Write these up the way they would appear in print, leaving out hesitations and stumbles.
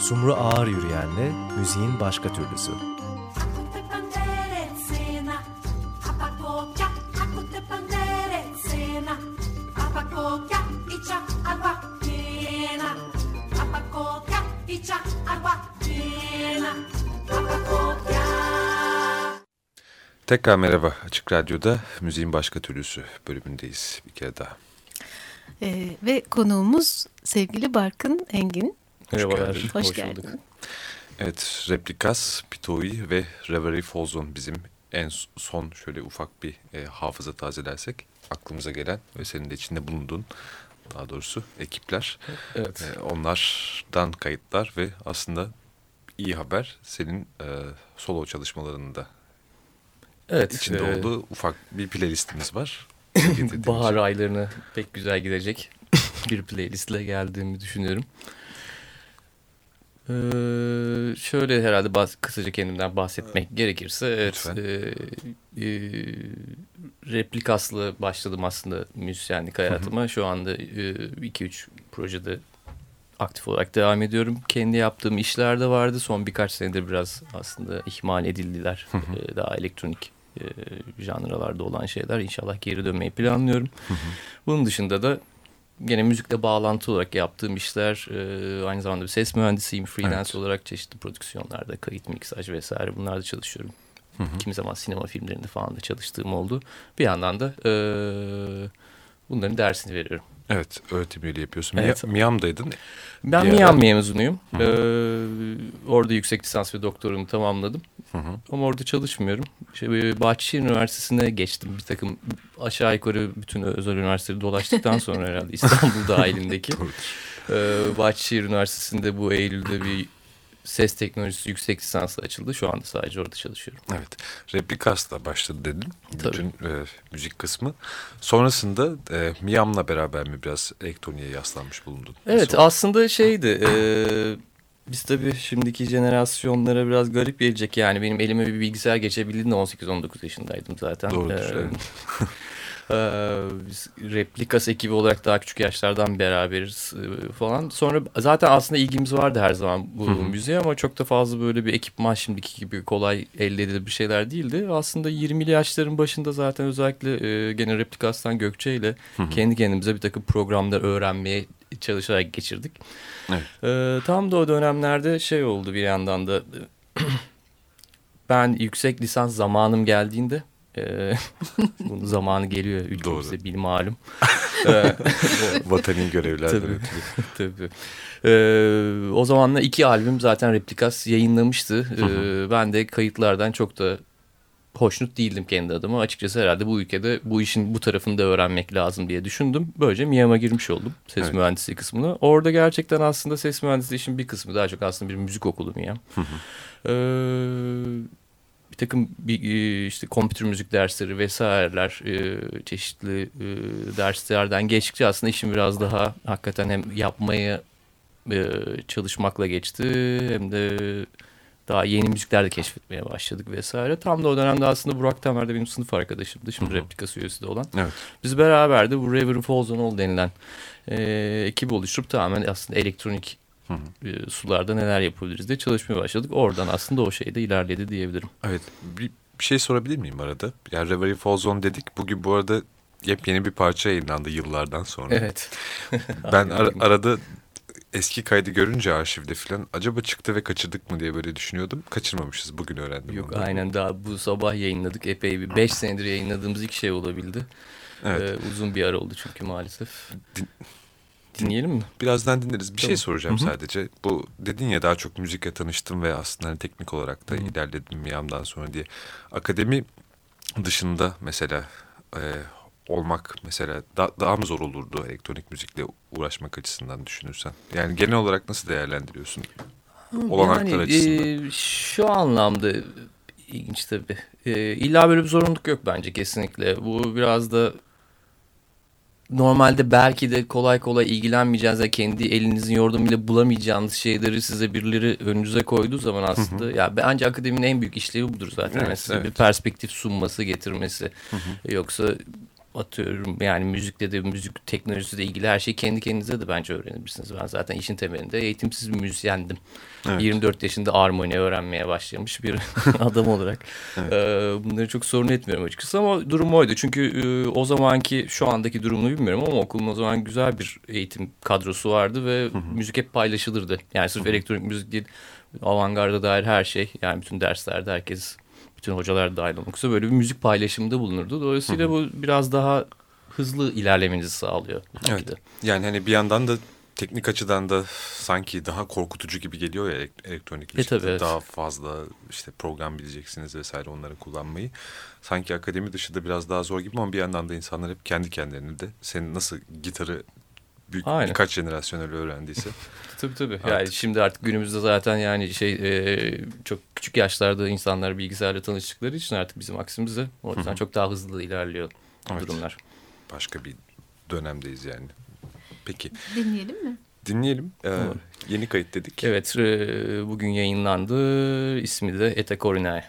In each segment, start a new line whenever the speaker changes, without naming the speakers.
Sumru Ağır Yürüyen'le müziğin başka türlüsü.
Tekrar merhaba. Açık Radyo'da Müziğin Başka Türlüsü bölümündeyiz bir kere daha.
Ve konuğumuz sevgili Barkın Engin.
Merhabalar.
Hoş geldin.
Evet, Replikas, Pitoi ve Reverie Falls On bizim en son şöyle ufak bir hafıza tazelersek aklımıza gelen ve senin de içinde bulunduğun daha doğrusu ekipler.
Evet.
Onlardan kayıtlar ve aslında iyi haber senin solo çalışmalarının da içinde olduğu ufak bir playlistimiz var.
Bahar aylarına pek güzel gidecek bir playlistle geldiğimi düşünüyorum. Şöyle herhalde kısaca kendimden bahsetmek gerekirse, evet, Replikas'la başladım aslında müzisyenlik hayatıma. Şu anda 2-3 projede aktif olarak devam ediyorum. Kendi yaptığım işler de vardı. Son birkaç senedir biraz aslında ihmal edildiler. Daha elektronik janralarda olan şeyler. İnşallah geri dönmeyi planlıyorum. Bunun dışında da gene müzikle bağlantılı olarak yaptığım işler, aynı zamanda bir ses mühendisiyim. Freelance olarak çeşitli prodüksiyonlarda, kayıt, miksaj vesaire bunlarda çalışıyorum. Kimi zaman sinema filmlerinde falan da çalıştığım oldu. Bir yandan da bunların dersini veriyorum.
Evet, öğretim üyeliği yapıyorsun.
Evet.
Miami'daydın.
Ben Miami mezunuyum. Orada yüksek lisans ve doktorumu tamamladım. Ama orada çalışmıyorum. Bahçeşehir Üniversitesi'ne geçtim. Bir takım aşağı yukarı bütün özel üniversiteleri dolaştıktan sonra herhalde İstanbul dahilindeki. Bahçeşehir Üniversitesi'nde bu Eylül'de bir ses teknolojisi yüksek lisansı açıldı. Şu anda sadece orada çalışıyorum.
Evet. Replikas'la başladı dedin. Bütün müzik kısmı. Sonrasında Miami'la beraber mi biraz elektroniğe yaslanmış bulundun?
Evet, aslında şeydi. Biz tabii şimdiki jenerasyonlara biraz garip gelecek. Yani benim elime bir bilgisayar geçebildiğinde 18-19 yaşındaydım zaten.
Doğrudur. Evet.
Biz Replikas ekibi olarak daha küçük yaşlardan beraberiz falan. Sonra zaten aslında ilgimiz vardı her zaman bu müziğe ama çok da fazla böyle bir ekipman şimdiki gibi kolay elde edilir bir şeyler değildi. Aslında 20'li yaşların başında zaten özellikle gene Replikas'tan Gökçe ile kendi kendimize bir takım programlar öğrenmeye çalışarak geçirdik. Evet. Tam da o dönemlerde şey oldu bir yandan da ben yüksek lisans zamanım geldiğinde bunun zamanı geliyor ülkemizde bil malum.
Vatani görevlerden ötürü.
Tabii. O zamanla 2 albüm zaten Replikas yayınlamıştı. Ben de kayıtlardan çok da hoşnut değildim kendi adıma. Açıkçası herhalde bu ülkede bu işin bu tarafını da öğrenmek lazım diye düşündüm. Böylece Miami'ye girmiş oldum ses mühendisliği kısmını. Orada gerçekten aslında ses mühendisliği işin bir kısmı daha çok aslında bir müzik okulu Miami. Bir takım işte kompütür müzik dersleri vesaireler, çeşitli derslerden geçtikçe aslında işim biraz daha hakikaten hem yapmaya çalışmakla geçti hem de daha yeni müzikler de keşfetmeye başladık vesaire. Tam da o dönemde aslında Burak Tamer de benim sınıf arkadaşımdı. Şimdi Replikas üyesi de olan. Evet. Biz beraber de bu Reverie Falls On denilen ekibi oluşturup tamamen aslında elektronik sularda neler yapabiliriz diye çalışmaya başladık. Oradan aslında o şey de ilerledi diyebilirim.
Evet. Bir şey sorabilir miyim arada? Yani Reverie Falls On dedik. Bugün bu arada yepyeni bir parça yayınlandı yıllardan sonra.
Evet.
Ben arada eski kaydı görünce arşivde falan acaba çıktı ve kaçırdık mı diye böyle düşünüyordum. Kaçırmamışız, bugün öğrendim.
Yok, aynen, daha bu sabah yayınladık. Epey bir 5 senedir yayınladığımız ilk şey olabildi. Evet. Uzun bir ara oldu çünkü maalesef. Dinleyelim mi?
Birazdan dinleriz. Bir şey soracağım sadece. Bu dedin ya daha çok müzikle tanıştım ve aslında hani teknik olarak da ilerledim Miami'dan sonra diye. Akademi dışında mesela olmak mesela daha mı zor olurdu elektronik müzikle uğraşmak açısından düşünürsen? Yani genel olarak nasıl değerlendiriyorsun olanaklar açısından?
Şu anlamda ilginç tabii. İlla böyle bir zorunluluk yok bence kesinlikle. Bu biraz da normalde belki de kolay kolay ilgilenmeyeceğiniz ve kendi elinizin yordamıyla bulamayacağınız şeyleri size birileri önünüze koyduğu zaman aslında ya bence akademinin en büyük işlevi budur zaten. Evet, size bir perspektif sunması, getirmesi. Yoksa atıyorum yani müzikle de müzik teknolojisiyle ilgili her şeyi kendi kendinize de bence öğrenebilirsiniz. Ben zaten işin temelinde eğitimsiz bir müzisyendim.
Evet.
24 yaşında armoni öğrenmeye başlamış bir adam olarak.
Evet.
Bunları çok sorun etmiyorum açıkçası ama durum oydu. Çünkü o zamanki şu andaki durumunu bilmiyorum ama okulun o zaman güzel bir eğitim kadrosu vardı ve müzik hep paylaşılırdı. Yani sırf elektronik müzik değil, avantgarda dair her şey. Yani bütün derslerde herkes, bütün hocalar dahil olmak üzere böyle bir müzik paylaşımında bulunurdu. Dolayısıyla bu biraz daha hızlı ilerlemenizi sağlıyor.
Evet. Yani hani bir yandan da teknik açıdan da sanki daha korkutucu gibi geliyor ya elektronik müzikte.
Tabii, evet.
Daha fazla işte program bileceksiniz vesaire, onları kullanmayı. Sanki akademi dışı da biraz daha zor gibi ama bir yandan da insanlar hep kendi kendilerini de, senin nasıl gitarı birkaç jenerasyon öyle öğrendiyse.
Tabii.
Artık.
Yani şimdi artık günümüzde zaten yani çok küçük yaşlarda insanlar bilgisayarla tanıştıkları için artık bizim aksimizde o yüzden çok daha hızlı ilerliyor durumlar.
Başka bir dönemdeyiz yani. Peki.
Dinleyelim mi?
Dinleyelim. Yeni kayıt dedik.
Evet, bugün yayınlandı. İsmi de Ete Corinae.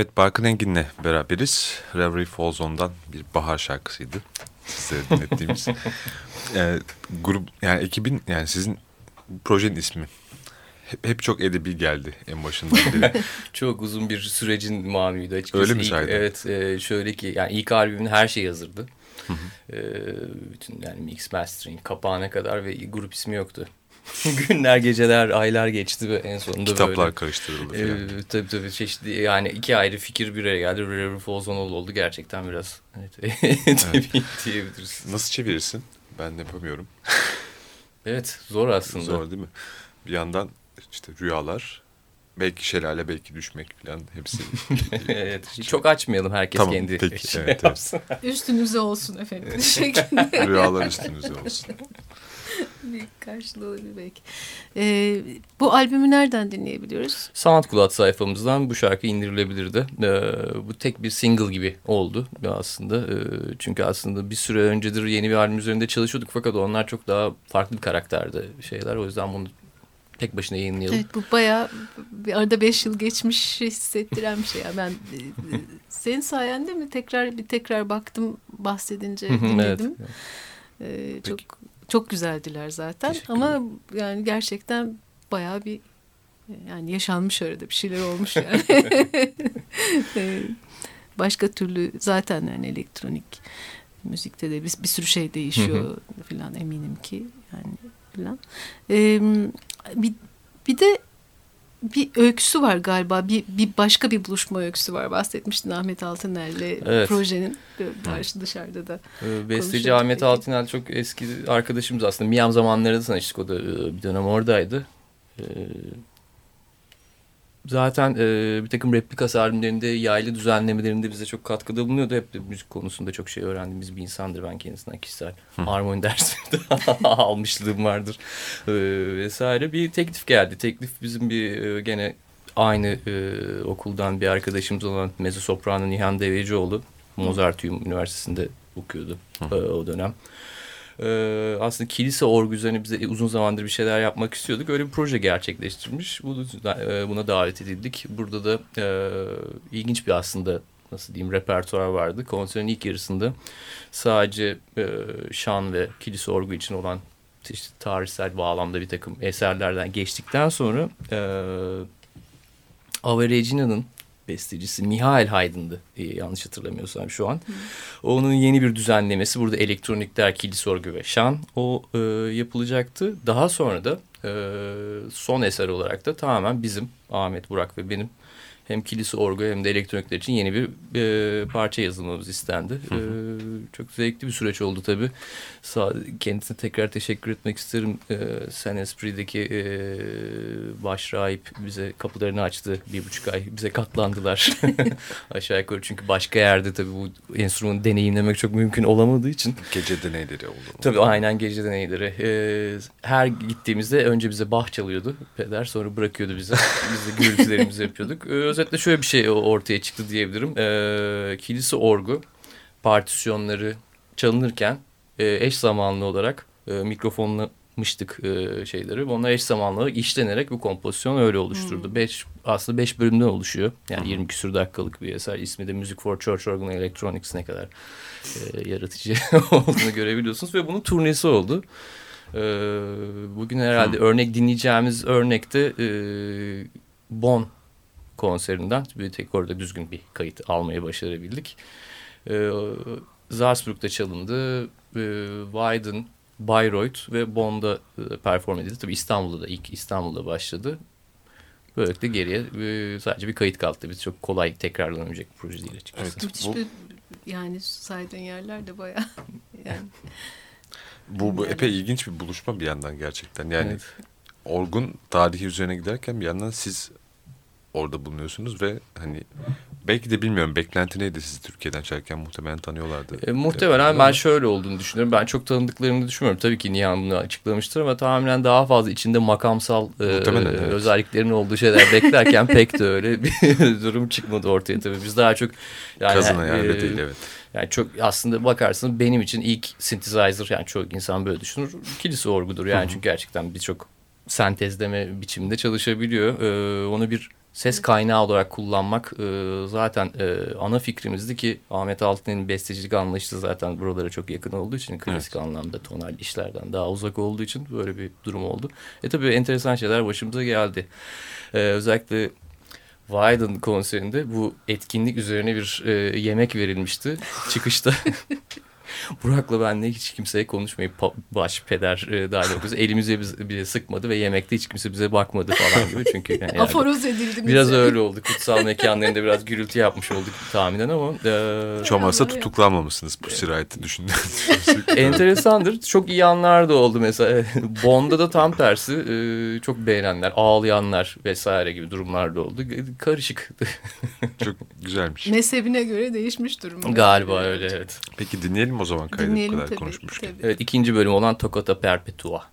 Evet, Barkın Engin'le beraberiz. Reverie Falls On'dan bir bahar şarkısıydı sizlere dinlettiğimiz. Grup, yani ekibin, yani sizin projenin ismi hep çok edebi geldi en başından beri.
Çok uzun bir sürecin mamuydu açıkçası.
Öyle mi sahiden?
Evet, şöyle ki yani ilk albümün her şeyi hazırdı. Bütün yani mix mastering kapağına kadar ve grup ismi yoktu. Günler, geceler, aylar geçti ve en sonunda
Kitaplar
böyle.
karıştırıldı falan.
Tabii çeşitli yani iki ayrı fikir bir araya geldi. Reverie Falls On oldu gerçekten biraz. Evet. diyebiliriz.
Nasıl çevirirsin? Ben yapamıyorum.
Evet, zor aslında.
Zor değil mi? Bir yandan işte rüyalar, belki şelale, belki düşmek falan hepsi.
Evet, çok açmayalım, herkes
Tamam,
kendi
peki,
şey
evet.
yapsın.
Üstünüze olsun efendim şeklinde.
Rüyalar üstünüze olsun.
Bir karşılığı olabilir belki. Bu albümü nereden dinleyebiliyoruz?
SoundCloud sayfamızdan bu şarkı indirilebilirdi. Bu tek bir single gibi oldu aslında. Çünkü aslında bir süre öncedir yeni bir albüm üzerinde çalışıyorduk. Fakat onlar çok daha farklı bir karakterde şeyler. O yüzden bunu tek başına yayınlayalım.
Evet, bu bayağı bir arada 5 yıl geçmiş hissettiren bir şey. Yani ben senin sayende mi tekrar baktım, bahsedince dinledim.
Evet.
Çok güzeldiler zaten ama yani gerçekten bayağı bir yani yaşanmış, arada bir şeyler olmuş yani. Başka türlü zaten yani elektronik müzikte de bir sürü şey değişiyor falan, eminim ki yani falan. Bir de bir öyküsü var galiba. Bir başka bir buluşma öyküsü var. Bahsetmiştin Ahmet Altıner'le, evet. Projenin dışarıda da.
Besteci Ahmet Altınel çok eski arkadaşımız aslında. Miam zamanlarında tanıştık. O da bir dönem oradaydı. Zaten bir takım replikası albümlerinde, yaylı düzenlemelerinde bize çok katkıda bulunuyordu. Hep de müzik konusunda çok şey öğrendiğimiz bir insandır. Ben kendisinden kişisel armoni dersleri de almışlığım vardır vesaire. Bir teklif geldi. Teklif bizim bir gene aynı okuldan bir arkadaşımız olan mezzosoprano Nihan Devecioğlu. Mozarteum Üniversitesi'nde okuyordu o dönem. Aslında kilise orgu üzerine bize uzun zamandır bir şeyler yapmak istiyorduk. Öyle bir proje gerçekleştirmiş. Buna davet edildik. Burada da ilginç bir aslında nasıl diyeyim repertuar vardı. Konserin ilk yarısında sadece şan ve kilise orgu için olan işte tarihsel bağlamda bir takım eserlerden geçtikten sonra Ave Regina'nın bestecisi Michael Haydn'dı yanlış hatırlamıyorsam şu an. Onun yeni bir düzenlemesi, burada elektronikler, kilise orgu ve şan o yapılacaktı. Daha sonra da son eser olarak da tamamen bizim Ahmet, Burak ve benim hem kilise orgu hem de elektronikler için yeni bir parça yazılmamız istendi. Çok zevkli bir süreç oldu tabii. Kendisine tekrar teşekkür etmek isterim. Saint Esprit'deki başrahip bize kapılarını açtı. 1,5 ay bize katlandılar. Aşağı yukarı, çünkü başka yerde tabii bu enstrümanı deneyimlemek çok mümkün olamadığı için.
Gece deneyleri oldu.
Tabii aynen, gece deneyleri. Her gittiğimizde önce bize Bach çalıyordu peder, sonra bırakıyordu bize. Biz de gürültülerimizi yapıyorduk. Özetle şöyle bir şey ortaya çıktı diyebilirim. Kilise orgu partisyonları çalınırken eş zamanlı olarak mikrofonlamıştık şeyleri. Onlar eş zamanlı olarak işlenerek bu kompozisyon öyle oluşturdu. Aslında 5 bölümden oluşuyor. Yani 20 küsur dakikalık bir eser. İsmi de Music for Church Organ Electronics, ne kadar yaratıcı olduğunu görebiliyorsunuz. Ve bunun turnesi oldu. Bugün herhalde örnek dinleyeceğimiz örnekte Bonn konserinden bir tek orada düzgün bir kayıt almayı başarabildik. Salzburg'da çalındı. Weiden, Bayreuth ve Bonn'da perform edildi. Tabii ilk İstanbul'da başladı. Böylelikle geriye sadece bir kayıt kaldı. Biz çok kolay tekrarlanamayacak bir proje değil açıkçası.
Evet,
Müthiş bir, yani saydığın yerler de bayağı yani.
Bu epey ilginç bir buluşma bir yandan gerçekten. Yani
evet.
Orgun tarihi üzerine giderken bir yandan siz orada bulunuyorsunuz ve hani belki de bilmiyorum, beklenti neydi, sizi Türkiye'den çalarken muhtemelen tanıyorlardı.
Muhtemelen ben şöyle olduğunu düşünüyorum. Ben çok tanıdıklarını düşünmüyorum. Tabii ki Nihan bunu açıklamıştır ama tamamen daha fazla içinde makamsal evet. Özelliklerin olduğu şeyler beklerken pek de öyle bir durum çıkmadı ortaya tabii. Biz daha çok yani
kazına yerle değil, evet.
Yani çok aslında bakarsınız benim için ilk synthesizer, yani çok insan böyle düşünür, kilise orgudur. Yani çünkü gerçekten birçok sentezleme biçiminde çalışabiliyor. Onu bir ses kaynağı olarak kullanmak zaten ana fikrimizdi ki Ahmet Altıner'in bestecilik anlayışı zaten buralara çok yakın olduğu için klasik anlamda tonal işlerden daha uzak olduğu için böyle bir durum oldu. Tabii enteresan şeyler başımıza geldi. Özellikle Wyden konserinde bu etkinlik üzerine bir yemek verilmişti. Çıkışta Burak'la benle hiç kimseye konuşmayıp baş, peder dahil oldu. Elimize bile sıkmadı ve yemekte hiç kimse bize bakmadı falan gibi. Çünkü yani
aforoz edildiniz.
Biraz öyle oldu. Kutsal mekanlarında biraz gürültü yapmış olduk tahminen ama.
Hiç olmazsa tutuklanmamışsınız bu sirayeti düşündüğünüz.
Enteresandır. Çok iyi anlar da oldu mesela. Bond'da da tam tersi çok beğenenler, ağlayanlar vesaire gibi durumlar da oldu. Karışık.
Çok güzelmiş.
Mezhebine göre değişmiş durumda.
Galiba öyle, evet.
Peki dinleyelim o zaman kaydı bu kadar
tabii,
konuşmuşken.
tabii.
Evet, ikinci bölüm olan Toccata Perpetua.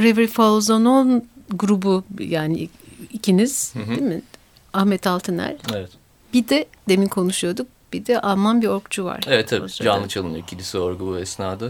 Reverie Falls On grubu, yani ikiniz değil mi? Ahmet Altıner.
Evet.
Bir de demin konuşuyorduk. Bir de Alman bir orgçu var.
Evet tabii. Canlı çalınıyor. Kilise orgu bu esnada.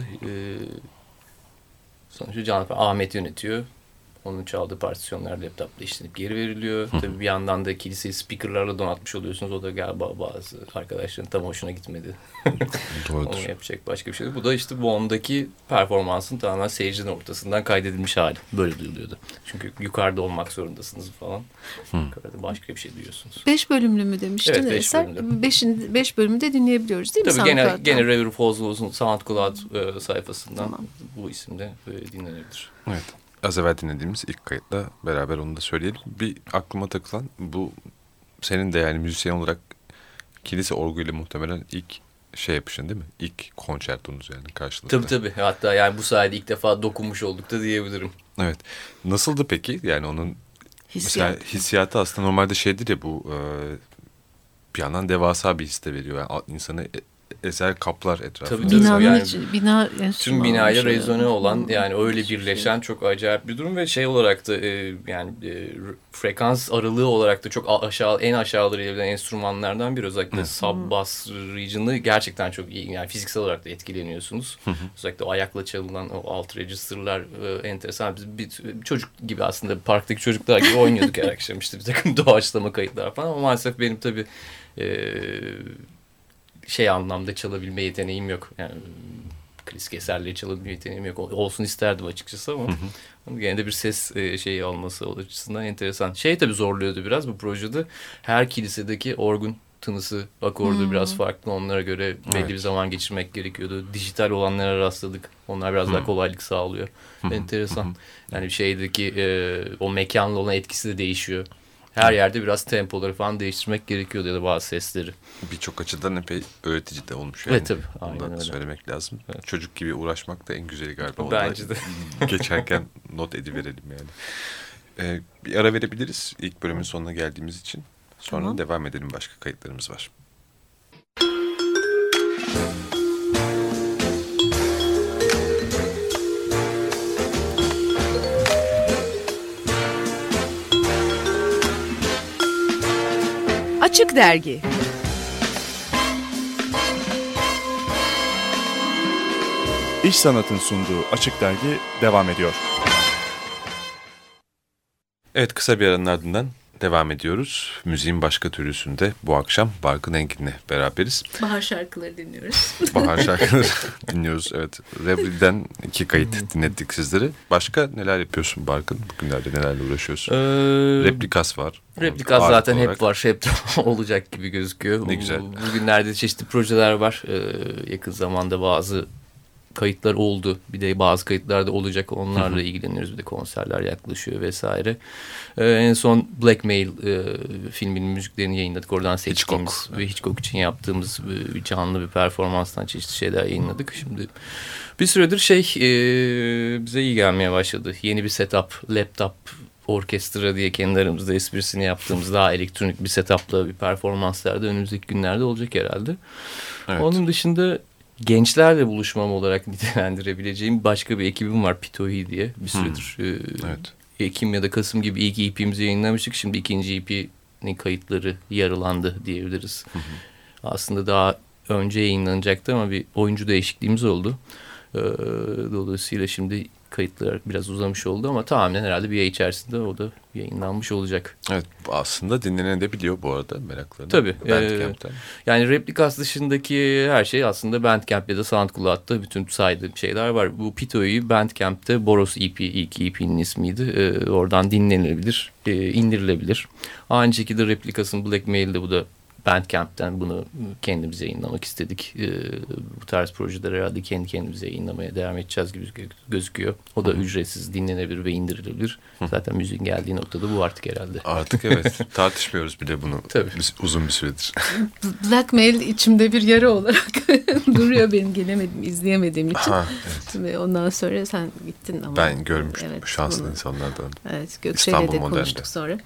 Sonuçta canlı Ahmet yönetiyor. Onun çaldığı partisyonlar laptopla işlenip geri veriliyor. Tabii bir yandan da kiliseyi speakerlarla donatmış oluyorsunuz. O da galiba bazı arkadaşların tam hoşuna gitmedi.
Doğrudur.
Onu yapacak başka bir şey değil. Bu da işte bu ondaki performansın tamamen seyircinin ortasından kaydedilmiş hali. Böyle duyuluyordu. Çünkü yukarıda olmak zorundasınız falan. Yukarıda başka bir şey duyuyorsunuz.
5 bölümlü mü demiştin?
Evet, 5
Eser.
bölümlü.
5 bölümü de dinleyebiliyoruz değil mi?
Tabii gene Reverie Falls'un SoundCloud sayfasından bu isimde dinlenebilir.
Evet. Az evvel dinlediğimiz ilk kayıtla beraber onu da söyleyelim. Bir aklıma takılan, bu senin de yani müzisyen olarak kilise orguyla muhtemelen ilk şey yapışın değil mi? İlk konçertonuz yani karşılıklı.
Tabii. Hatta yani bu sayede ilk defa dokunmuş olduk da diyebilirim.
Evet. Nasıldı peki? Yani onun mesela hissiyatı aslında normalde şeydir ya, bu bir yandan devasa bir his de veriyor. Yani insanı eser kaplar etrafında.
Tabii.
Binanın
Yani
bina
tüm binaya rezone olan, yani öyle birleşen çok acayip bir durum ve şey olarak da yani frekans aralığı olarak da çok en aşağıları gelen enstrümanlardan biri. Özellikle sub bass region'ı gerçekten çok iyi. Yani fiziksel olarak da etkileniyorsunuz. Özellikle o ayakla çalınan o alt register'lar enteresan. Biz bir çocuk gibi, aslında parktaki çocuklar gibi oynuyorduk her akşam, işte bir takım doğaçlama kayıtlar falan, ama maalesef benim tabii şey anlamda çalabilme yeteneğim yok. Yani klasik eserleri çalabilme yeteneğim yok. Olsun isterdim açıkçası ama gene de bir ses şeyi olması açısından enteresan. Şey tabii zorluyordu biraz bu projede. Her kilisedeki orgun tınısı, akordu biraz farklı. Onlara göre belli bir zaman geçirmek gerekiyordu. Dijital olanlara rastladık. Onlar biraz daha kolaylık sağlıyor. Enteresan. Yani şeydeki o mekanla olan etkisi de değişiyor. Her yerde biraz tempoları falan değiştirmek gerekiyordu ya da bazı sesleri.
Birçok açıdan epey öğretici de olmuş yani.
Evet tabii. Aynen
onu da
öyle.
söylemek lazım.
Evet.
Çocuk gibi uğraşmak da en güzeli galiba.
Bence de.
Geçerken not ediverelim yani. Bir ara verebiliriz ilk bölümün sonuna geldiğimiz için. Sonra devam edelim, başka kayıtlarımız var.
Açık Dergi.
İş Sanat'ın sunduğu Açık Dergi devam ediyor.
Evet, kısa bir aranın ardından devam ediyoruz. Müziğin başka türlüsünde bu akşam Barkın Engin'le beraberiz.
Bahar şarkıları dinliyoruz.
Bahar şarkıları dinliyoruz. Evet, Reverie'den 2 kayıt dinlettik sizlere. Başka neler yapıyorsun Barkın? Bugünlerde nelerle uğraşıyorsun? Replikas var.
Replikas zaten hep var. Hep olacak gibi gözüküyor.
Ne güzel.
Bugünlerde çeşitli projeler var. Yakın zamanda bazı kayıtlar oldu. Bir de bazı kayıtlar da olacak. Onlarla ilgileniyoruz. Bir de konserler yaklaşıyor vesaire. En son Blackmail filminin müziklerini yayınladık. Oradan seçtiğimiz ve Hitchcock için yaptığımız canlı bir performanstan çeşitli şeyler yayınladık. Şimdi bir süredir bize iyi gelmeye başladı. Yeni bir setup, laptop orkestra diye kendi aramızda esprisini yaptığımız daha elektronik bir setupla bir performanslarda önümüzdeki günlerde olacak herhalde. Evet. Onun dışında gençlerle buluşmam olarak nitelendirebileceğim başka bir ekibim var, Pitohi diye. Bir süredir Ekim ya da Kasım gibi ilk EP'mizi yayınlamıştık. Şimdi ikinci EP'nin kayıtları yarılandı diyebiliriz. Aslında daha önce yayınlanacaktı ama bir oyuncu değişikliğimiz oldu. Dolayısıyla şimdi kayıtlar biraz uzamış oldu ama tamamen herhalde bir ay içerisinde o da yayınlanmış olacak. Evet,
aslında dinlenebiliyor bu arada, meraklarına.
Tabii.
Bandcamp'ten.
Yani Replikas dışındaki her şey aslında Bandcamp ya da SoundCloud'da bütün saydığım şeyler var. Bu Pito'yu Bandcamp'te Boros EP, ilk EP'nin ismiydi. Oradan dinlenilebilir, indirilebilir. Aynı şekilde Replikas'ın Blackmail'de, bu da Bandcamp'ten, bunu kendimiz yayınlamak istedik. Bu tarz projeler herhalde kendi kendimize yayınlamaya devam edeceğiz gibi gözüküyor. O da ücretsiz dinlenebilir ve indirilebilir. Zaten müziğin geldiği noktada bu artık herhalde.
Artık evet. Tartışmıyoruz bile bunu.
Tabii.
Uzun bir süredir.
Blackmail içimde bir yara olarak duruyor benim, gelemedim, izleyemediğim için. Evet. Ve ondan sonra sen gittin ama.
Ben görmüştüm, şanslı insanlardan.
Evet, Gökçe'yle de konuştuk sonra.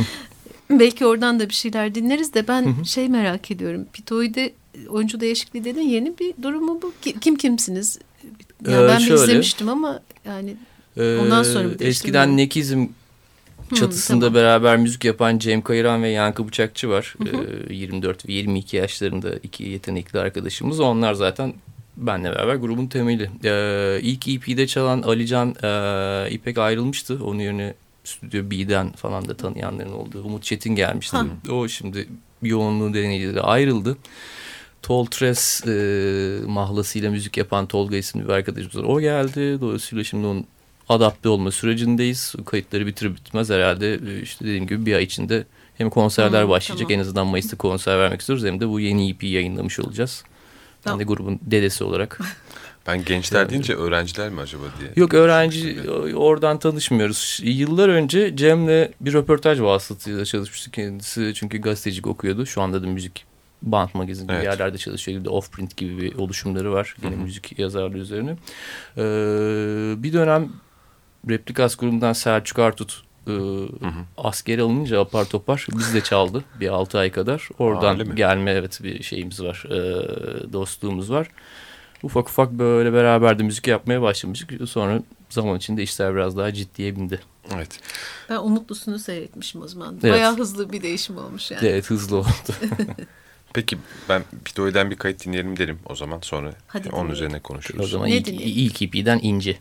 Belki oradan da bir şeyler dinleriz de ben merak ediyorum. Pitoy'de oyuncu değişikliği dedin, yeni bir durum mu bu? Kim kimsiniz? Yani ben bir izlemiştim ama yani Ondan sonra mı
eskiden Nekizm çatısında
tamam.
beraber müzik yapan Cem Kayıran ve Yankı Bıçakçı var. 24 ve 22 yaşlarında iki yetenekli arkadaşımız. Onlar zaten benle beraber grubun temeli. İlk EP'de çalan Alican İpek ayrılmıştı. Onun yerine Stüdyo B'den falan da tanıyanların olduğu Umut Çetin gelmişti. O şimdi yoğunluğu nedeniyle ayrıldı. Toltres mahlasıyla müzik yapan Tolga isimli bir arkadaşımız var. O geldi. Dolayısıyla şimdi onun adapte olma sürecindeyiz. Kayıtları bitirir bitmez herhalde işte dediğim gibi bir ay içinde hem konserler başlayacak. Tamam. En azından Mayıs'ta konser vermek istiyoruz. Hem de bu yeni EP'yi yayınlamış olacağız. Ben de grubun dedesi olarak.
Ben gençler deyince öğrenciler mi acaba diye.
Yok, öğrenci oradan tanışmıyoruz. Yıllar önce Cem'le bir röportaj vasıtasıyla çalışmıştı kendisi. Çünkü gazetecilik okuyordu. Şu anda da müzik band magazin gibi yerlerde çalışıyor. Bir de Offprint gibi bir oluşumları var. Yine müzik yazarlığı üzerine. Bir dönem Replikas grubundan Selçuk Artut askeri alınınca apar topar biz de çaldı bir 6 ay kadar. Oradan gelme bir şeyimiz var. Dostluğumuz var. Ufak ufak böyle beraber de müzik yapmaya başlamıştık. Sonra zaman içinde işler biraz daha ciddiye bindi.
Evet.
Ben Umutlusu'nu seyretmişim o zaman.
Evet.
Bayağı hızlı bir değişim olmuş yani.
Evet, hızlı oldu.
Peki ben Pidoy'dan bir kayıt dinleyelim derim o zaman. Sonra onun üzerine konuşuruz.
O zaman ilk EP'den İnci.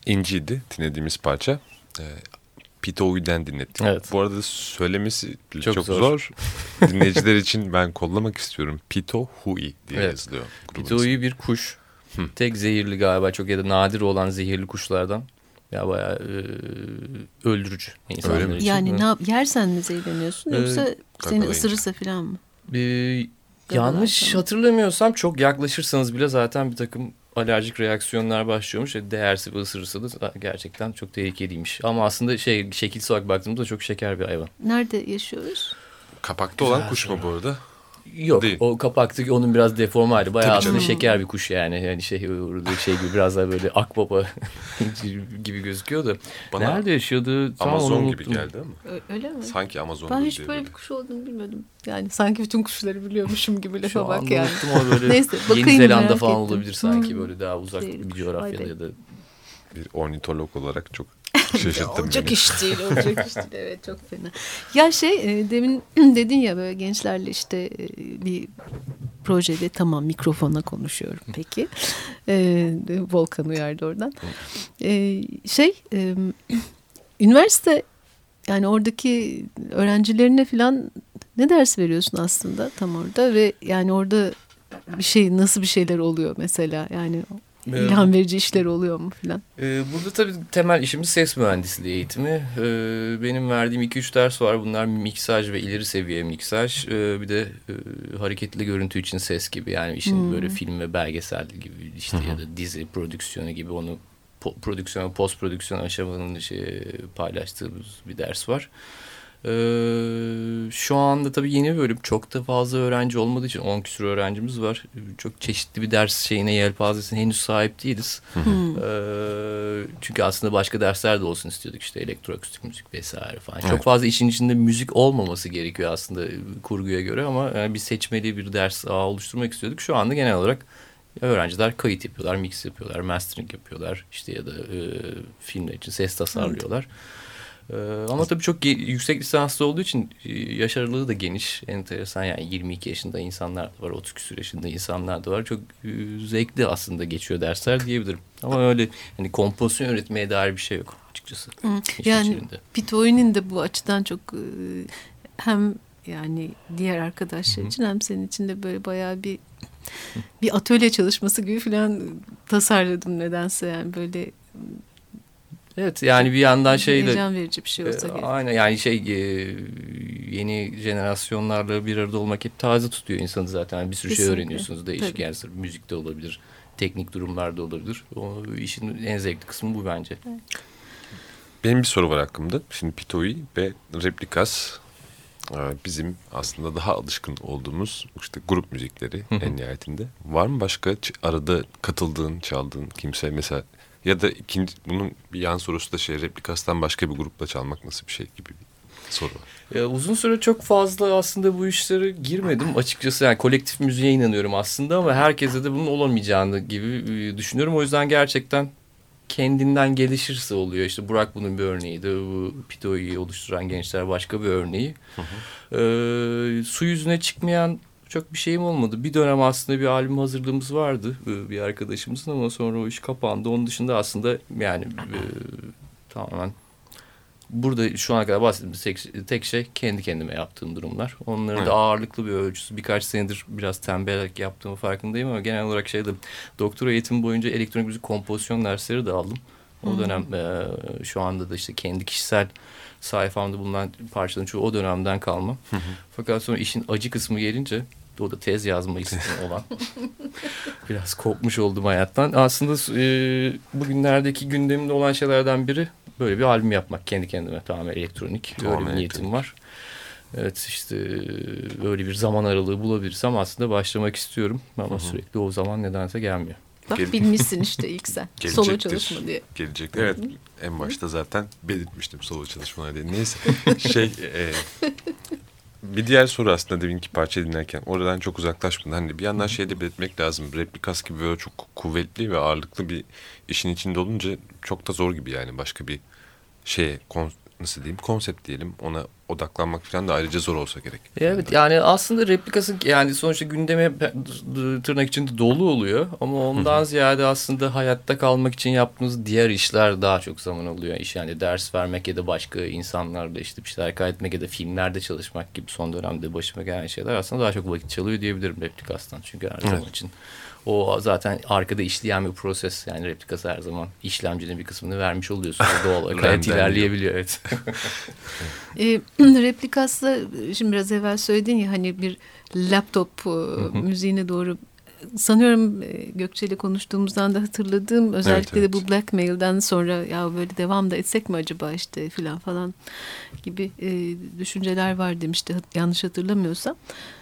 İnci'ydi dinlediğimiz parça. Pitoy'den dinlettik.
Evet.
Bu arada söylemesi çok
zor.
zor. Dinleyiciler için ben kollamak istiyorum. Pitohui diye yazılıyor.
Pitohui bir kuş. Tek zehirli galiba, çok ya da nadir olan zehirli kuşlardan. Ya bayağı öldürücü insanlar için.
Yani yersen mi zehirleniyorsun yoksa seni ısırırsa falan mı?
Yanlış hatırlamıyorsam çok yaklaşırsanız bile zaten bir takım alerjik reaksiyonlar başlıyormuş. Değersiz bir ısırırsa da gerçekten çok tehlikeliymiş. Ama aslında şekilsel olarak baktığımızda çok şeker bir hayvan.
Nerede yaşıyoruz?
Kapakta olan kuş mu bu arada?
Yok,
değil.
O kapaktaki onun biraz deforme hali. Bayağı
Tabii
aslında
canım.
şeker bir kuş yani. Yani şey gibi biraz daha böyle akbaba gibi gözüküyordu.
Bana
nerede yaşıyordu? Tam
Amazon gibi geldi ama.
Öyle mi?
Sanki Amazon'da
Ben hiç
diye
böyle bir kuş olduğunu bilmiyordum. Yani sanki bütün kuşları biliyormuşum gibi lafa
Şu
bak
anda
yani.
unuttum ama böyle
Neyse, bakayım,
Yeni Zelanda
merak
falan
ettim.
olabilir sanki, böyle daha uzak
Zehirli
bir
kuş,
coğrafyada
vay be.
ya da.
Bir ornitolog olarak çok şaşırttın
Olacak
beni.
iş değil, olacak iş değil. Evet, çok fena. Ya demin dedin ya böyle gençlerle işte bir projede, tamam mikrofona konuşuyorum peki. Volkan uyardı oradan. Üniversite, yani oradaki öğrencilerine falan ne ders veriyorsun aslında tam orada ve yani orada nasıl bir şeyler oluyor mesela, yani ilham verici işler oluyor mu falan?
Burada tabii temel işimiz ses mühendisliği eğitimi. Benim verdiğim 2-3 ders var. Bunlar miksaj ve ileri seviye miksaj. Bir de hareketli görüntü için ses gibi. Yani işin böyle film ve belgesel gibi işte ya da dizi prodüksiyonu gibi, onu prodüksiyon, post prodüksiyon aşamanın paylaştığımız bir ders var. Şu anda tabii yeni bir bölüm, çok da fazla öğrenci olmadığı için 10 küsur öğrencimiz var. Çok çeşitli bir ders yelpazesine henüz sahip değiliz. Çünkü aslında başka dersler de olsun istiyorduk, işte elektroakustik müzik vesaire falan.
Evet.
Çok fazla işin içinde müzik olmaması gerekiyor aslında kurguya göre, ama yani bir seçmeli bir ders ağı oluşturmak istiyorduk. Şu anda genel olarak öğrenciler kayıt yapıyorlar, mix yapıyorlar, mastering yapıyorlar, işte ya da filmler için ses tasarlıyorlar. Ama tabii çok yüksek lisanslı olduğu için yaş aralığı da geniş, enteresan. Yani 22 yaşında insanlar da var, 30 küsur yaşında insanlar da var. Çok zevkli aslında geçiyor dersler diyebilirim. Ama öyle hani kompozisyon öğretmeye dair bir şey yok açıkçası.
Yani Pitoy'un de bu açıdan çok hem yani diğer arkadaşlar için hem senin için de böyle bayağı bir atölye çalışması gibi falan tasarladım nedense, yani böyle.
Evet, yani bir yandan
heyecan verici bir şey olsa gerek.
Aynen, yani yeni jenerasyonlarla bir arada olmak hep taze tutuyor insanı zaten. Yani bir sürü
Kesinlikle.
şey öğreniyorsunuz, değişik yani, müzikte olabilir, teknik durumlarda olabilir. O işin en zevkli kısmı bu bence.
Evet.
Benim bir soru var hakkımda. Şimdi Pitoy ve Replikas bizim aslında daha alışkın olduğumuz işte grup müzikleri en nihayetinde. Var mı başka arada katıldığın, çaldığın kimse mesela, ya da bunun bir yan sorusu da Replikas'tan başka bir grupla çalmak nasıl bir şey gibi bir soru var.
Uzun süre çok fazla aslında bu işlere girmedim açıkçası. Yani kolektif müziğe inanıyorum aslında, ama herkese de bunun olamayacağını gibi düşünüyorum. O yüzden gerçekten kendinden gelişirse oluyor. İşte Burak bunun bir örneğiydi. Bu Pitoy'u oluşturan gençler başka bir örneği. Su yüzüne çıkmayan çok bir şeyim olmadı. Bir dönem aslında bir albüm hazırlığımız vardı bir arkadaşımızın, ama sonra o iş kapandı. Onun dışında aslında yani tamamen burada şu ana kadar bahsettiğimiz tek şey kendi kendime yaptığım durumlar. Onların da ağırlıklı bir ölçüsü. Birkaç senedir biraz tembellik yaptığımı farkındayım, ama genel olarak doktora eğitimi boyunca elektronik müzik kompozisyon dersleri de aldım. O dönem şu anda da işte kendi kişisel sayfamda bulunan parçaların çoğu o dönemden kalma. Fakat sonra işin acı kısmı gelince, o da tez yazma isteğim olan, biraz kopmuş oldum hayattan. Aslında bugünlerdeki gündemimde olan şeylerden biri böyle bir albüm yapmak kendi kendime, tamamen elektronik. Öyle bir niyetim var. Evet, işte öyle bir zaman aralığı bulabilirsem aslında başlamak istiyorum, ama sürekli o zaman nedense gelmiyor.
Bak bilmişsin işte ilk sen. Solo çalışma diye.
Gelecektir. Evet, en başta zaten belirtmiştim solo çalışmalar diye. Neyse. Bir diğer soru aslında deminki parça dinlerken oradan çok uzaklaşmadan, hani bir yandan de belirtmek lazım. Replikas gibi böyle çok kuvvetli ve ağırlıklı bir işin içinde olunca çok da zor gibi, yani başka bir nasıl diyeyim, konsept diyelim, ona odaklanmak falan da ayrıca zor olsa gerek.
Evet, yani aslında replikası yani sonuçta gündeme tırnak içinde dolu oluyor ama ondan ziyade aslında hayatta kalmak için yaptığımız diğer işler daha çok zaman alıyor. İş yani ders vermek ya da başka insanlarla işte bir şeyler kaydetmek ya da filmlerde çalışmak gibi son dönemde başıma gelen şeyler aslında daha çok vakit çalıyor diyebilirim replikastan. Çünkü her zaman için o zaten arkada işleyen bir proses, yani replikası her zaman işlemcinin bir kısmını vermiş oluyorsun. Doğal olarak hayat ilerleyebiliyor. Evet.
Replikas'la şimdi biraz evvel söyledin ya hani bir laptop müziğine doğru, sanıyorum Gökçe ile konuştuğumuzdan da hatırladığım, özellikle
evet.
de bu Blackmail'den sonra ya böyle devam da etsek mi acaba işte falan gibi düşünceler var demişti yanlış hatırlamıyorsam.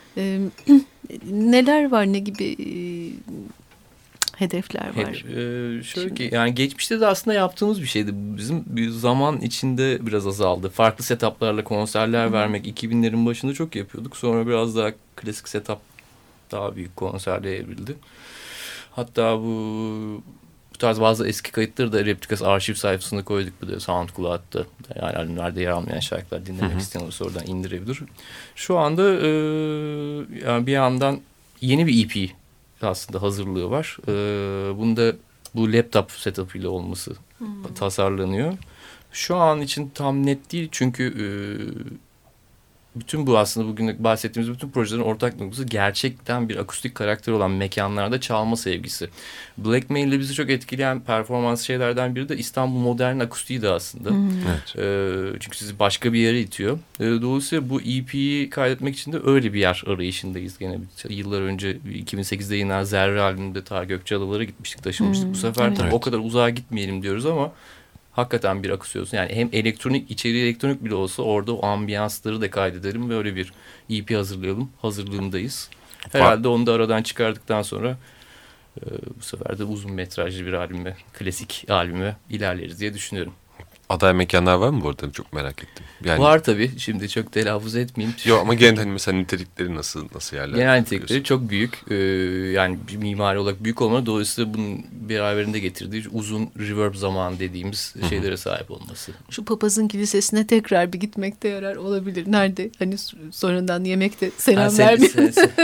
Neler var, ne gibi hedefler var?
Şöyle ki yani geçmişte de aslında yaptığımız bir şeydi. Bizim bir zaman içinde biraz azaldı. Farklı setuplarla konserler vermek 2000'lerin başında çok yapıyorduk. Sonra biraz daha klasik setup, daha büyük konserlere evrildi. Hatta bu tarz bazı eski kayıtları da Replikas arşiv sayfasına koyduk. Bir de SoundCloud'da, yani albümlerde yer almayan şarkılar dinlemek isteyen olursa oradan indirebilir. Şu anda yani bir yandan yeni bir EP aslında hazırlığı var. Bunda bu laptop setup ile olması tasarlanıyor. Şu an için tam net değil çünkü bütün bu aslında bugün bahsettiğimiz bütün projelerin ortak noktası gerçekten bir akustik karakteri olan mekanlarda çalma sevgisi. Blackmail'de bizi çok etkileyen performans şeylerden biri de İstanbul Modern Akustiği de aslında.
Evet.
Çünkü sizi başka bir yere itiyor. Dolayısıyla bu EP'yi kaydetmek için de öyle bir yer arayışındayız. Gene yıllar önce 2008'de yine Zerre albümünde ta Gökçeadalar'a gitmiştik, taşımıştık. Bu sefer tabii o kadar uzağa gitmeyelim diyoruz ama hakikaten bir akusyon. Yani hem elektronik, içeriği elektronik bile olsa orada o ambiyansları da kaydedelim ve öyle bir EP hazırlayalım. Hazırlığındayız. Herhalde onu da aradan çıkardıktan sonra bu sefer de uzun metrajlı bir albüme, klasik albüme ilerleriz diye düşünüyorum.
Aday mekanlar var mı bu arada? Çok merak ettim. Yani...
Var tabii. Şimdi çok telaffuz etmeyeyim.
Yok ama genel hani mesela nitelikleri nasıl yerler?
Genel nitelikleri çok büyük. Yani bir mimari olarak büyük olmalı. Dolayısıyla bunun beraberinde getirdiği uzun reverb zamanı dediğimiz şeylere sahip olması.
Şu papazın kilisesine tekrar bir gitmekte yarar olabilir. Nerede? Hani sonradan yemekte selam vermiyor.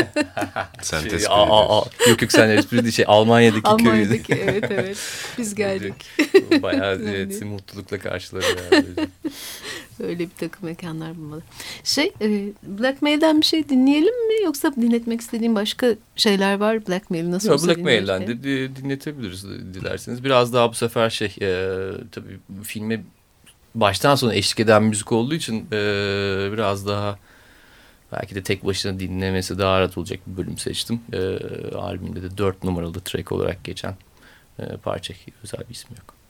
Yok sen espri değil, Almanya'daki köyü.
Almanya'daki evet. Biz geldik.
Bayağı evet, mutlulukla karşıladı herhalde.
Öyle bir takım mekanlar bulmalı. Blackmail'den bir şey dinleyelim mi? Yoksa dinletmek istediğim başka şeyler var? Blackmail'i nasıl olsa
Blackmail'den de dinletebiliriz dilerseniz. Biraz daha bu sefer tabii filme baştan sona eşlik eden müzik olduğu için biraz daha belki de tek başına dinlemesi daha rahat olacak bir bölüm seçtim. Albümde de 4 numaralı track olarak geçen parça, özel bir ismi yok.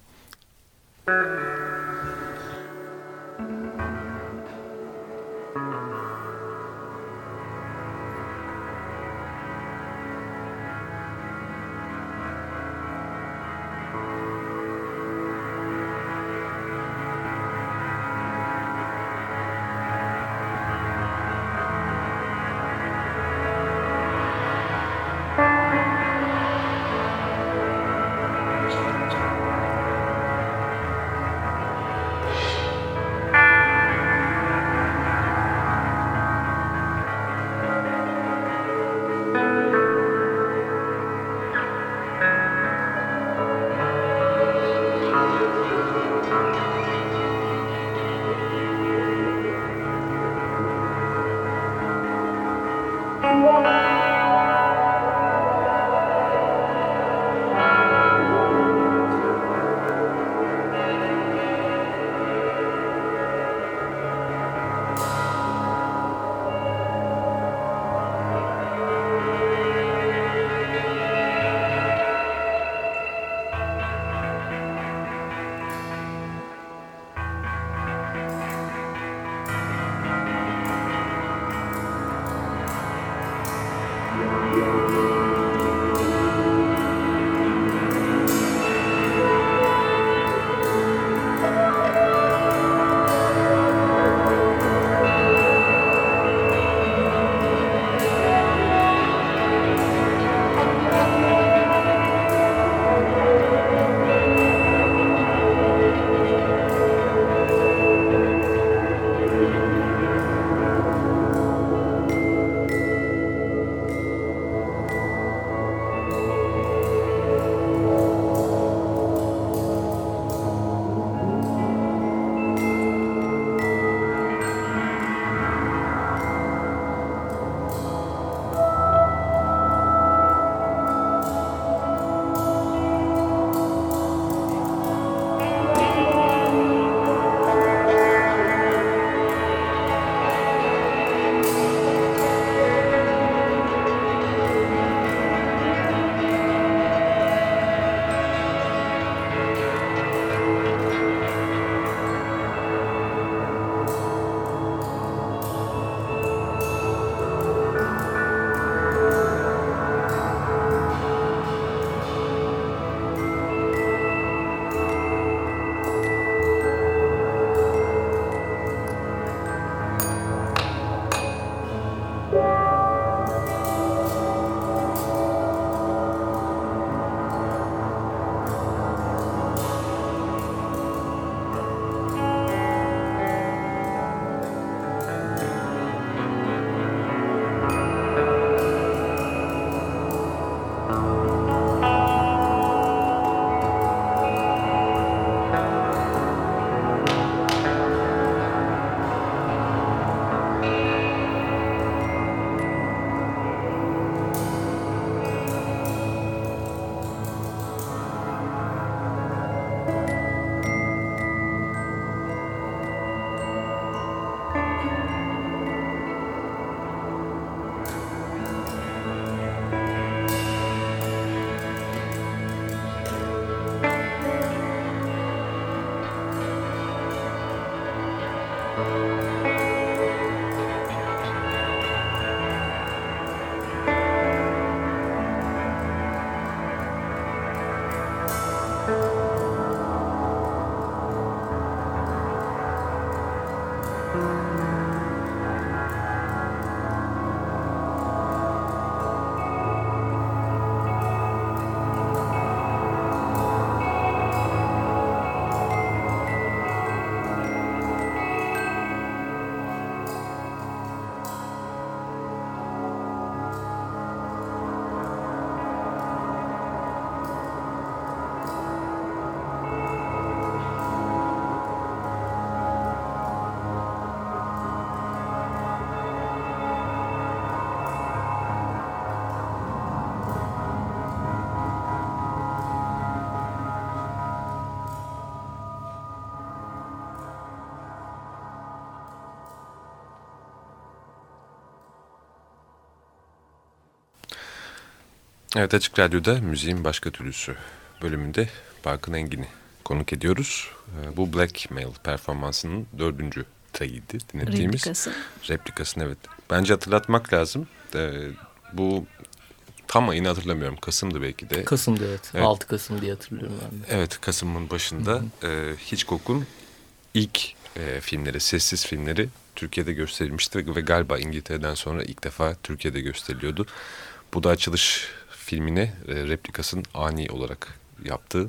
Evet, Açık Radyo'da Müziğin Başka Türlüsü bölümünde Barkın Engin'i konuk ediyoruz. Bu Blackmail performansının 4. tagiydi dinlettiğimiz. Replikasını evet. Bence hatırlatmak lazım. Bu tam ayını hatırlamıyorum. Kasım'dı belki de.
Kasım'dı evet. 6 Kasım diye hatırlıyorum ben de.
Evet, Kasım'ın başında Hitchcock'un ilk filmleri, sessiz filmleri Türkiye'de gösterilmişti ve galiba İngiltere'den sonra ilk defa Türkiye'de gösteriliyordu. Bu da açılış filmine Replikas'ın ani olarak yaptığı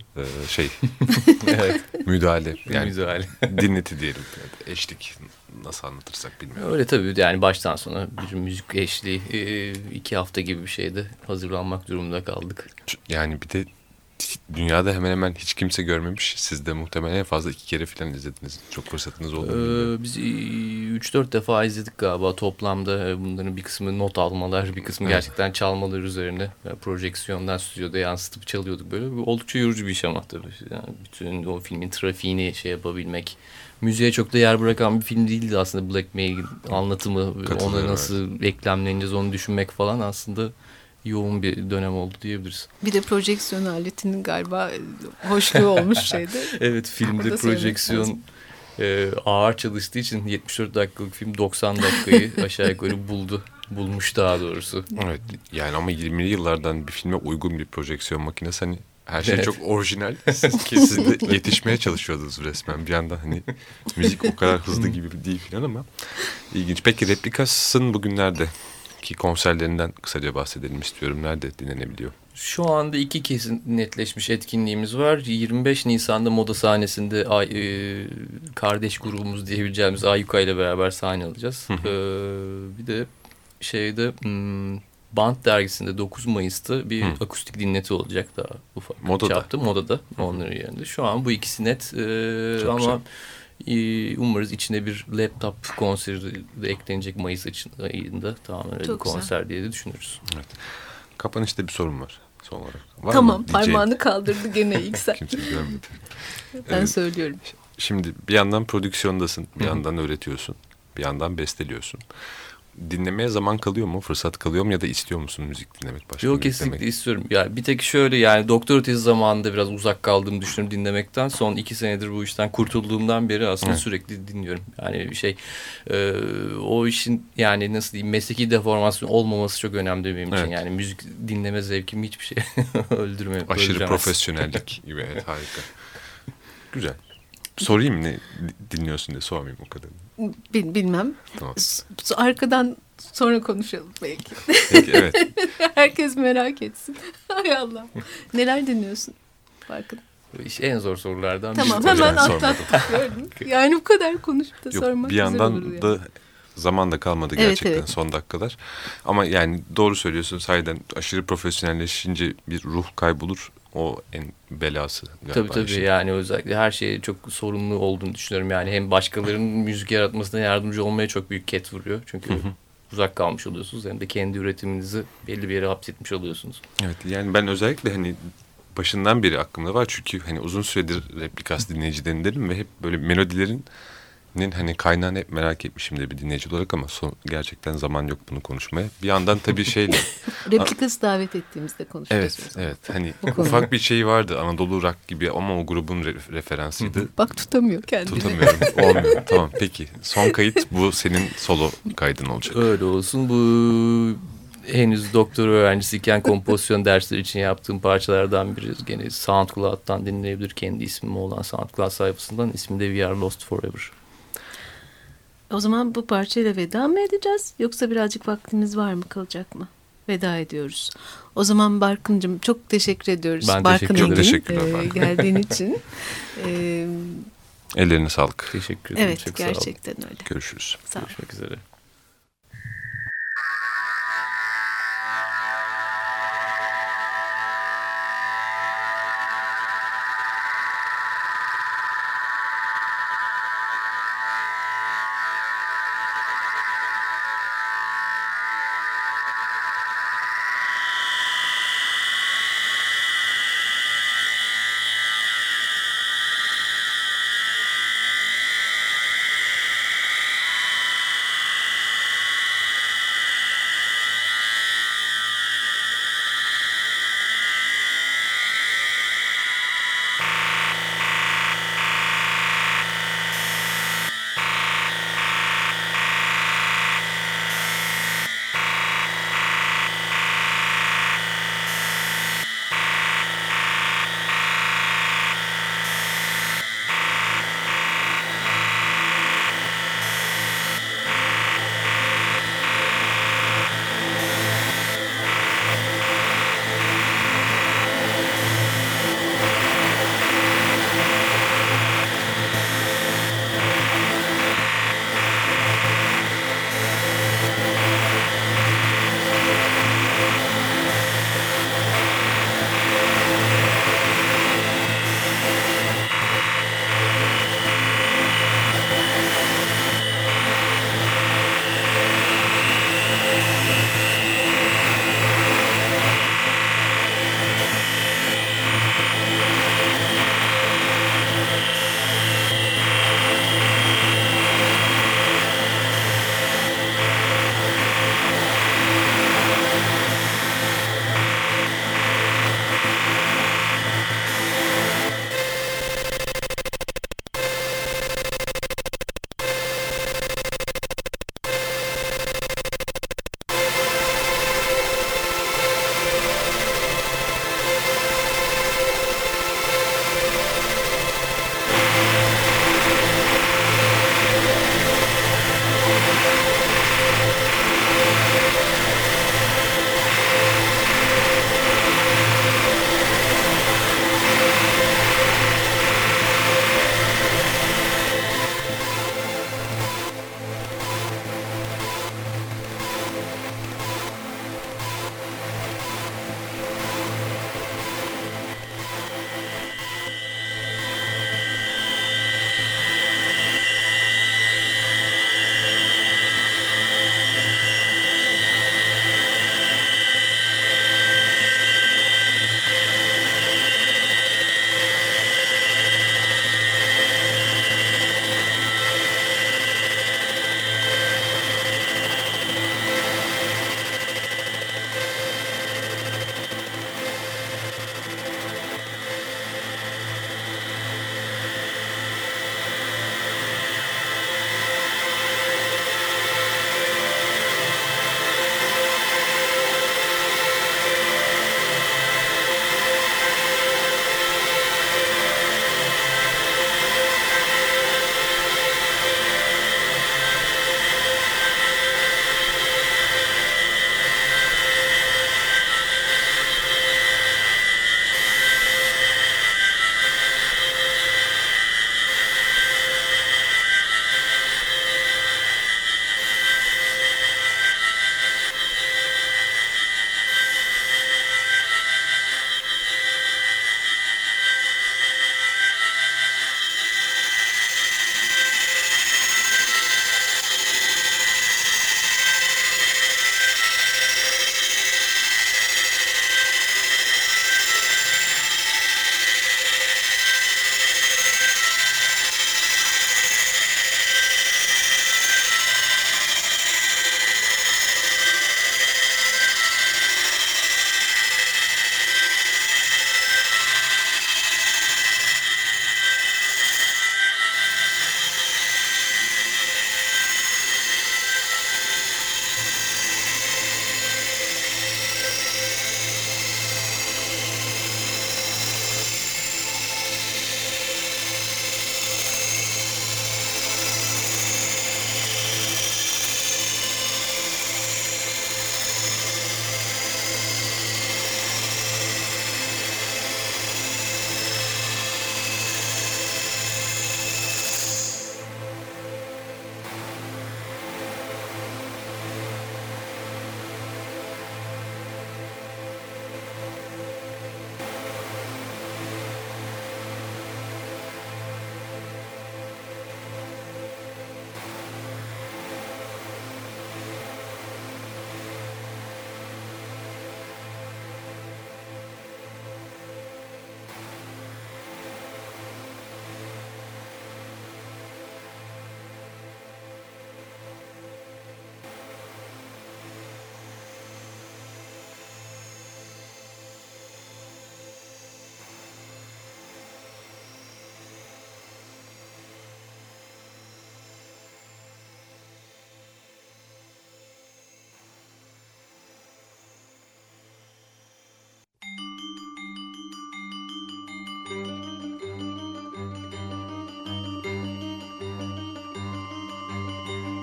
Evet.
müdahale. Yani
Müdahale.
dinleti diyelim. Eşlik nasıl anlatırsak bilmiyorum.
Öyle tabii yani baştan sona bir müzik eşliği 2 hafta gibi bir şeyde hazırlanmak durumunda kaldık.
Yani bir de dünyada hemen hemen hiç kimse görmemiş. Siz de muhtemelen en fazla 2 kere falan izlediniz. Çok fırsatınız oldu mu?
Biz 3-4 defa izledik galiba toplamda. Bunların bir kısmı not almalar, bir kısmı gerçekten çalmalar üzerine. Projeksiyondan stüdyoda yansıtıp çalıyorduk böyle. Oldukça yorucu bir iş ama tabii. Yani bütün o filmin trafiğini yapabilmek. Müziğe çok da yer bırakan bir film değildi aslında Blackmail'in anlatımı. Ona nasıl eklemleneceğiz onu düşünmek falan aslında yoğun bir dönem oldu diyebiliriz.
Bir de projeksiyon aletinin galiba hoşluğu olmuş şeydi.
Evet, filmde projeksiyon ağır çalıştığı için 74 dakikalık film 90 dakikayı aşağı yukarı bulmuş daha doğrusu.
Evet, yani ama 20'li yıllardan bir filme uygun bir projeksiyon makinesi, hani her şey çok orijinal. Siz de yetişmeye çalışıyordunuz resmen. Bir yandan hani müzik o kadar hızlı gibi değil falan ama ilginç. Peki Replikas'ın bugünlerde ki konserlerinden kısaca bahsedelim istiyorum. Nerede dinlenebiliyor?
Şu anda 2 kesin netleşmiş etkinliğimiz var. 25 Nisan'da Moda sahnesinde kardeş grubumuz diyebileceğimiz Ayyuka ile beraber sahne alacağız. Bir de Band dergisinde 9 Mayıs'ta bir akustik dinleti olacak daha ufak.
Moda'da.
Moda'da onların yerinde. Şu an bu ikisi net ama umarız içine bir laptop konseri de eklenecek Mayıs ayında. Tamamen öyle bir konser diye de düşünürüz.
Evet. Kapanışta bir sorun var son olarak. Var
tamam,
mı?
parmağını kaldırdı gene ilk sen.
Kimse görmedi.
Ben söylüyorum.
Şimdi bir yandan prodüksiyondasın, bir yandan öğretiyorsun, bir yandan besteliyorsun. Dinlemeye zaman kalıyor mu, fırsat kalıyor mu ya da istiyor musun müzik dinlemek? Başka
Yok, kesinlikle
dinlemek?
istiyorum. Yani bir tek şöyle, yani doktora tezi zamanında biraz uzak kaldığımı düşünüyorum dinlemekten. Son 2 senedir bu işten kurtulduğumdan beri aslında sürekli dinliyorum. Yani o işin yani nasıl diyeyim mesleki deformasyon olmaması çok önemli benim için. Yani müzik dinleme zevkimi hiçbir şey öldürmez.
Aşırı profesyonellik gibi, evet, harika. Güzel. Sorayım ne dinliyorsun diye, sormayayım o kadar.
Bilmem.
Tamam.
Arkadan sonra konuşalım belki.
Peki, evet.
Herkes merak etsin. Hay Allah. Neler dinliyorsun? Bakın.
İşte en zor sorulardan
tamam,
biri.
hemen atlattık, gördün. Yani bu kadar konuşup da
Yok,
sormak
bir
güzel
yandan
olur
da
yani.
zaman da kalmadı gerçekten,
evet.
son dakikalar. Ama yani doğru söylüyorsun, sahiden aşırı profesyonelleşince bir ruh kaybolur. O en belası galiba.
Tabii yani özellikle her şeye çok sorumlu olduğunu düşünüyorum. Yani hem başkalarının müzik yaratmasına yardımcı olmaya çok büyük ket vuruyor. Çünkü uzak kalmış oluyorsunuz. Hem de kendi üretiminizi belli bir yere hapsetmiş oluyorsunuz.
Evet, yani ben özellikle hani başından beri aklımda var. Çünkü hani uzun süredir Replikas dinleyicilerindenim ve hep böyle melodilerin hani kaynağını hep merak etmişimdir bir dinleyici olarak ama gerçekten zaman yok bunu konuşmaya. Bir yandan tabii şeyle...
Replikası davet ettiğimizde konuşacağız.
Evet. Hani ufak bir şey vardı Anadolu Rock gibi ama o grubun referansıydı.
Bak tutamıyor kendini.
Tutamıyorum. Olmuyor. Tamam peki. Son kayıt bu senin solo kaydın olacak.
Öyle olsun. Bu henüz doktor öğrencisiyken kompozisyon dersleri için yaptığım parçalardan biri. Gene SoundCloud'dan dinleyebilir. Kendi ismim olan SoundCloud sayfasından. İsmi de We Are Lost Forever.
O zaman bu parçayla veda mı edeceğiz? Yoksa birazcık vaktimiz var mı, kalacak mı? Veda ediyoruz. O zaman Barkın'cığım çok teşekkür ediyoruz.
Ben
Barkın
teşekkür
ederim.
Engin,
Teşekkürler Barkın.
geldiğin için.
Ellerine sağlık.
Teşekkür ederim.
Evet,
Çok sağ olun.
gerçekten öyle.
Görüşürüz.
Sağ ol.
Görüşmek üzere.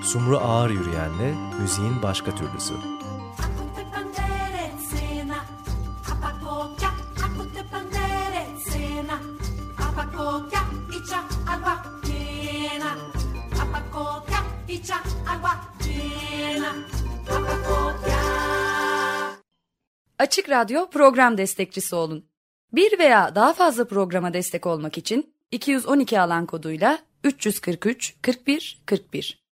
Sumru Ağır Yürüyen'le müziğin başka türlüsü.
Açık Radyo program destekçisi olun. Bir veya daha fazla programa destek olmak için 212 alan koduyla 343 41 41